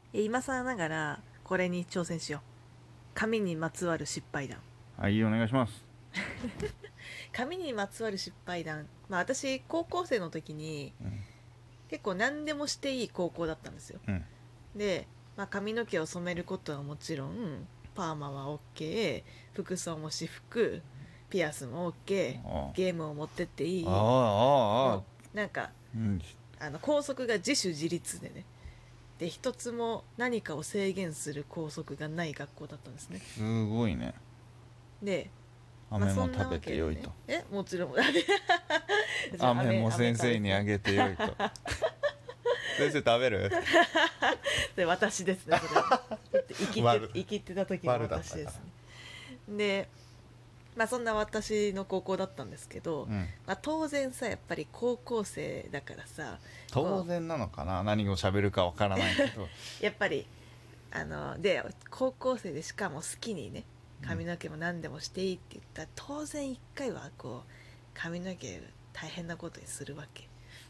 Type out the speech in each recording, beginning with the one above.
今更ながらこれに挑戦しよう。髪にまつわる失敗談。 はい、お願いします。 髪にまつわる失敗談。私高校生の時に結構何でもしていい高校だったんですよ。 うんで、髪の毛を染めることはもちろん、パーマは OK、 服装も私服、ピアスも OK、 あゲームを持ってっていい、 あああもうなんかうん校則が自主自立でね、で一つも何かを制限する校則がない学校だったんですね。 すごいね。 で、 飴そんなも食べわけでね、 てよいと。 もちろんじゃあ飴も先生にあげてよいと。先生食べる？ で私ですね、それは生きてた時の悪だったから私ですね。で、そんな私の高校だったんですけど、当然さ、やっぱり高校生だからさ、 当然なのかな、何を喋るかわからないけどやっぱりで高校生でしかも好きにね、髪の毛も何でもしていいって言ったら、当然一回はこう髪の毛大変なことにするわけ。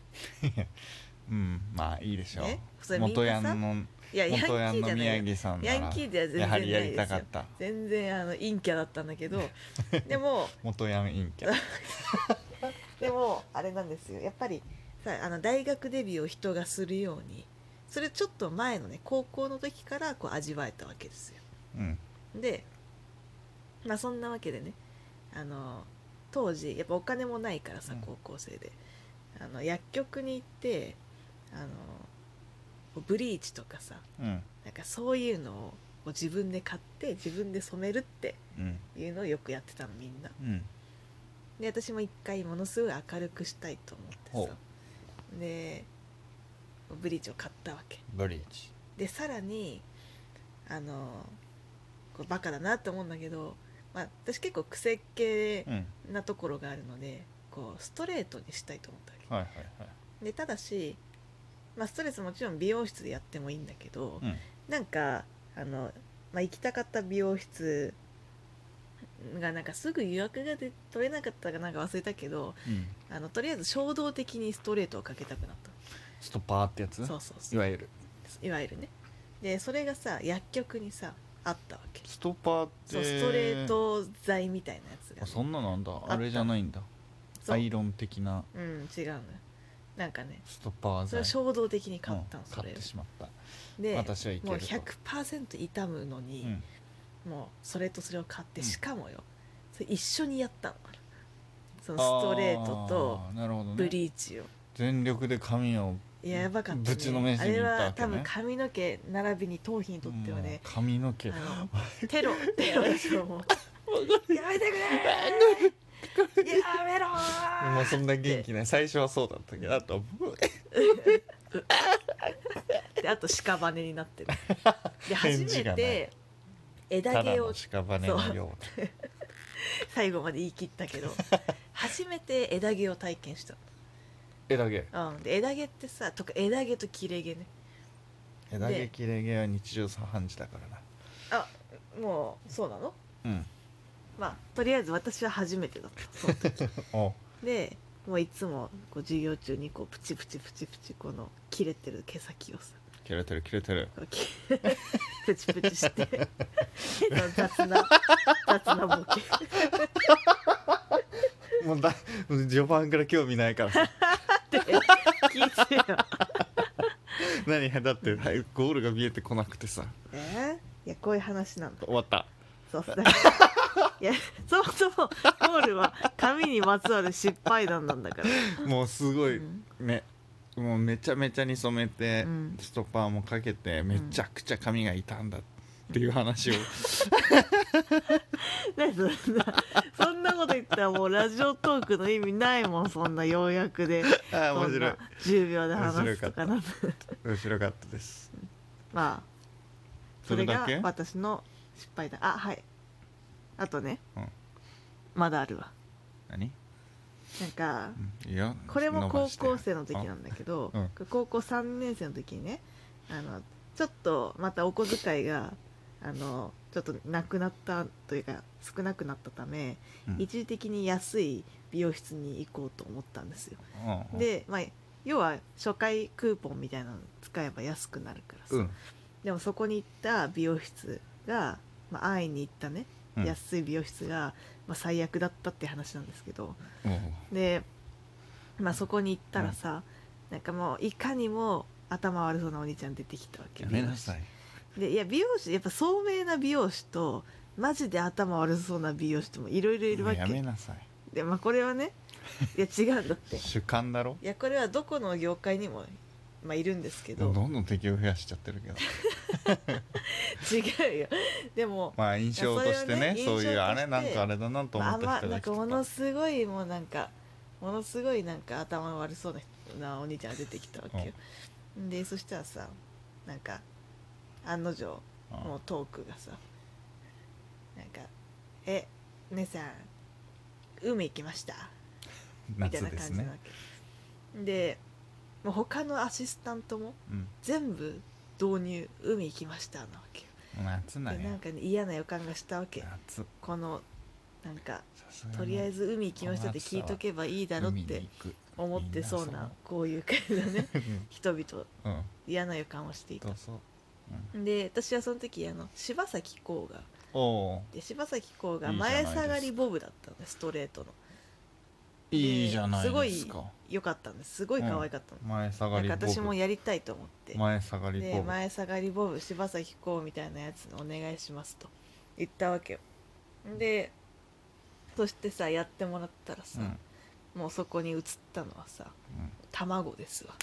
まあいいでしょう、 それみんなさ、 元ヤンのいやヤンキ元ヤンのーじゃないよ、 宮城さんならヤンキーでは全然やはりやりないですよ。 たかった。 全然陰キャだったんだけどでも元ヤン陰キャでもあれなんですよ、やっぱりさ、大学デビューを人がするように、それちょっと前のね、高校の時からこう味わえたわけですよ。で、そんなわけでね、当時やっぱお金もないからさ、高校生で薬局に行ってブリーチとかさ、なんかそういうのを自分で買って自分で染めるっていうのをよくやってたの、みんな。で、私も一回ものすごい明るくしたいと思ってさ、でブリーチを買ったわけ。 ブリーチでさらにこうバカだなって思うんだけど、私結構癖っ気なところがあるので、こうストレートにしたいと思ったわけ、でただし、ストレスもちろん美容室でやってもいいんだけど、なんか行きたかった美容室がなんかすぐ予約が取れなかったかなんか忘れたけど、とりあえず衝動的にストレートをかけたくなった。 ストパーってやつ。 そういわゆるね。でそれがさ、薬局にさあったわけ。 ストパーってそう、ストレート剤みたいなやつが、ね、 そんななんだ、あれじゃないんだ、アイロン的な。 違うのよ、なんかね、 ストパー剤、 それを衝動的に買ったの、それ買ってしまった。 で私はいけるともう 100% 痛むのに、もうそれとそれを買って、しかもよ、それ一緒にやったの、そのストレートとブリーチを、 全力で髪をやばかった、ね、 ぶちのめしにいったわけね。 あれは多分髪の毛並びに頭皮にとってはね、 髪の毛テロですよ、もうやめてくれやめろー。 もうそんな元気ない。最初はそうだったけど、あとで、あと屍になってる。で初めて枝毛を屍のよう最後まで言い切ったけど初めて枝毛を体験した。 枝毛、 で枝毛ってさ、とか枝毛と切れ毛ね。 枝毛切れ毛は日常茶飯事だからな。 もうそうなの。とりあえず私は初めてだった、その時でもういつもこう授業中にこうプチプチプチプチこの切れてる毛先をさ、 切れてるプチプチして雑なボケもう序盤から興味ないからさって聞いてよ何だってゴールが見えてこなくてさ、 いやこういう話なんだ。 終わった。 そういや、そもそもゴールは髪にまつわる失敗談なんだから。 もうすごい、ね、もうめちゃめちゃに染めて、ストッパーもかけてめちゃくちゃ髪が傷んだっていう話を、 そんなこと言ったらもうラジオトークの意味ないもん、そんな要約で面白い、 10秒で話すとかな。 面白かったです。 それが私の失敗談。はいあとね、まだあるわ。 何？ なんか、 いやこれも高校生の時なんだけど、高校3年生の時にね、ちょっとまたお小遣いがちょっとなくなったというか少なくなったため、一時的に安い美容室に行こうと思ったんですよ。で、要は初回クーポンみたいなの使えば安くなるからさ、 でもそこに行った美容室が、会いに行ったね、安い美容室が、最悪だったって話なんですけど、で、そこに行ったらさ、なんかもういかにも頭悪そうなお兄ちゃん出てきたわけ。 やめなさい。 で、いや美容師やっぱ聡明な美容師とマジで頭悪そうな美容師ともいろいろいるわけ。 やめなさい。 でこれはね、いや違うんだって主観だろ。 いやこれはどこの業界にもいるんですけど、 どんどん敵を増やしちゃってるけど違うよ。でも印象としてね、そういうあれなんかあれだなと思った人が来てた。 なんかものすごいものすごいなんか頭悪そうなお兄ちゃんが出てきたわけよ。でそしたらさ、なんか案の定もうトークがさ、なんか姉さん海行きましたみたいな感じなわけで、もう他のアシスタントも全部導入海行きましたなわけよ。 夏なんや。 でなんか、ね、嫌な予感がしたわけ。このなんかとりあえず海行きましたって聞いとけばいいだろって思ってそうな、こういう感じのね人々、嫌な予感をしていた。で私はその時柴咲コウが柴咲コウが前下がりボブだったので、ストレートの。 いいじゃないですか。 すごい良かったんです。すごい可愛かったの。 前下がりボブ。 私もやりたいと思って。 前下がりボブ。 で前下がりボブ柴咲コウみたいなやつお願いしますと言ったわけよ。でそしてさやってもらったらさ、もうそこに映ったのはさ、卵ですわ。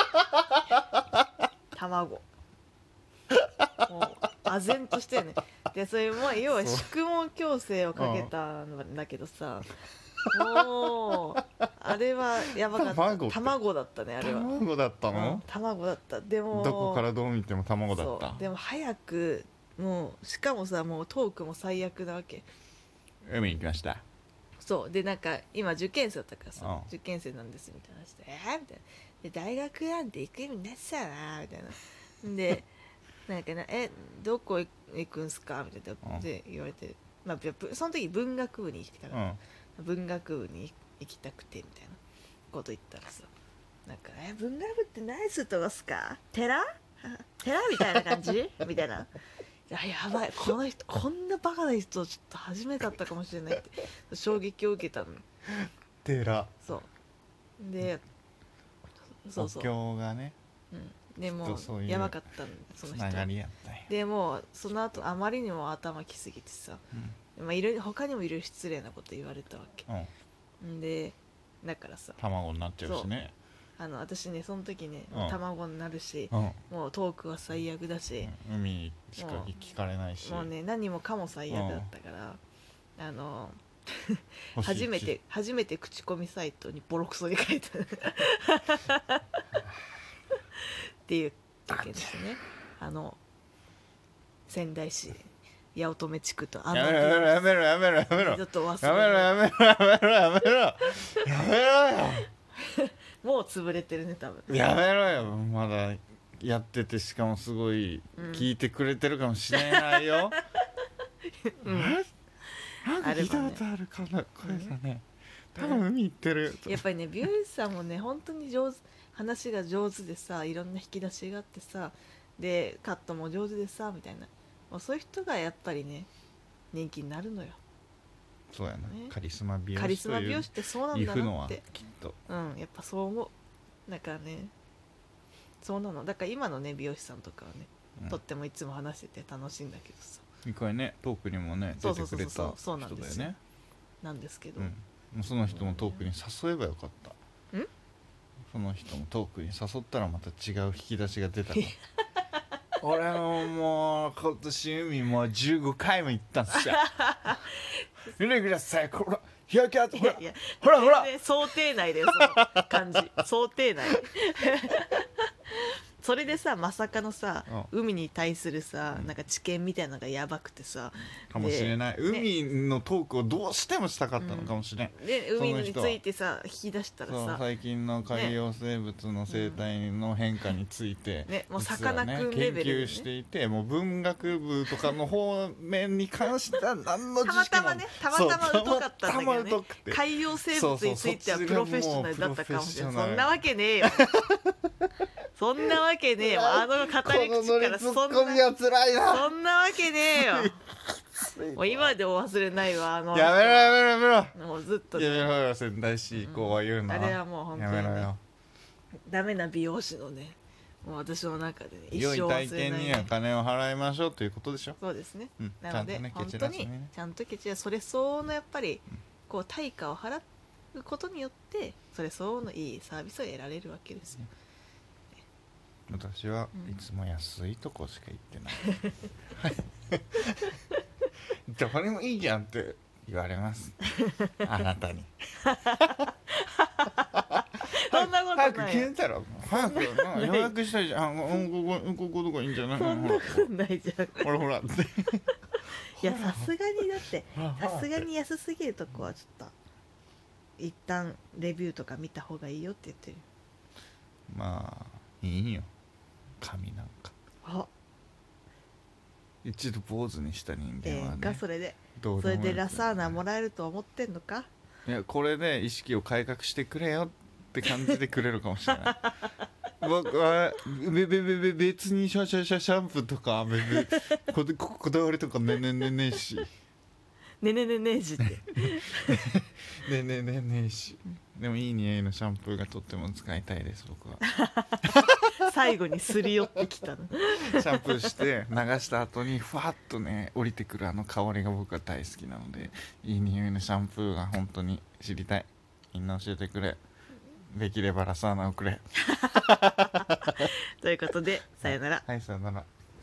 卵。もう唖然としてね。でそれも要は宿毛矯正をかけたんだけどさ、もうあれはやばかった。卵だったね、あれは。 卵だったの？ 卵だった。でもどこからどう見ても卵だった。 でも早く、もうしかもさ、もうトークも最悪なわけ。 海行きました。 そうで、なんか今受験生だったからさ、受験生なんですみたいな話で、みたいな。で大学なんて行く意味ないっすよなみたいな。でなんかどこ行くんすかみたいなで言われて、その時文学部に行きたかった、文学部に行きたくてみたいなこと言ったらさ、なんか文学部って何するとこっすか？寺みたいな感じみたいな。やばい、この人こんなバカな人ちょっと初めてだったかもしれないって衝撃を受けたの。 寺。 そうで、 お経がね。 でもやばかったんだその人。でもその後あまりにも頭きすぎてさ、他にもいろいろ失礼なこと言われたわけ。でだからさ、 卵になっちゃうしね。 私ねその時ね、卵になるし、もうトークは最悪だし、 海しか聞かれないし、 もうね何もかも最悪だったから、初めて口コミサイトにボロクソに書いたっていうわけですね。仙台市八乙女地区とやめろやめろやめろやめろ二度と忘やめろやめろやめろやめろやめろよもう潰れてるね多分。 やめろよ、まだやってて、しかもすごい聞いてくれてるかもしれないよ。なんか聞いたことあるかな、これさね、多分海行ってる。 やっぱりね美容師さんもね本当に話が上手でさ、いろんな引き出しがあってさ、でカットも上手でさみたいな、もうそういう人がやっぱりね人気になるのよ。 そうやな、カリスマ美容師カリスマ美容師ってそうなんだなって、 きっとやっぱそう思う。だからね、そうなの。だから今のね美容師さんとかはね、とってもいつも話してて楽しいんだけどさ、 一回ねトークにもね出てくれた人だよね。 なんですけど、 もうその人もトークに誘えばよかった。その人もトークに誘ったらまた違う引き出しが出た俺もう今年海もう15回も行ったんすよ見てください、これ日焼けあって、ほらほら想定内だよその感じ想定内それでさ、まさかのさ、海に対するさ、なんか知見みたいなのがやばくてさ、 かもしれない、海のトークをどうしてもしたかったのかもしれない、 で海についてさ引き出したらさ、 最近の海洋生物の生態の変化について、 もうさかなクンレベルで研究していて、もう文学部とかの方面に関しては何の知識もたまたま疎かったんだけどね、海洋生物についてはプロフェッショナルだったかもしれない。そんなわけねえよそんなわけねえよあの語り口からそんなわけねえよもう今でも忘れないわやめろやめろもうずっと、 ね、やめろよ仙台市以降は言うの、 あれはもう本当に、ね、 やめろよダメな美容師のねもう私の中で、ね、 一生忘れない良い体験には金を払いましょうということでしょ。 そうですね、 うん、 なので、ね、本当にちゃんとケチらそれ相応のやっぱり、こう対価を払うことによってそれ相応のいいサービスを得られるわけですよ、 私はいつも安いとこしか行ってないどこにもいいじゃんって言われますあなたにそんなことない早く決めたら早く予約したいじゃんこことかいいんじゃないそんなことないじゃんほらほらっていやさすがにだってさすがに安すぎるとこはちょっと一旦レビューとか見た方がいいよって言ってる。 まあいいよ髪なんかあ一度坊主にした人間はねそれでそれでラサーナもらえると思ってんのか。 いやこれで意識を改革してくれよって感じでくれるかもしれない僕は別にシャンプーとかこだわりとかねえしねえしってねえしでもいい匂いのシャンプーがとっても使いたいです僕は最後にすり寄ってきたのシャンプーして流した後にふわっとね降りてくるあの香りが僕は大好きなのでいい匂いのシャンプーが本当に知りたい。みんな教えてくれ。できればラサーナをくれということでさよなら。 はい、さよなら。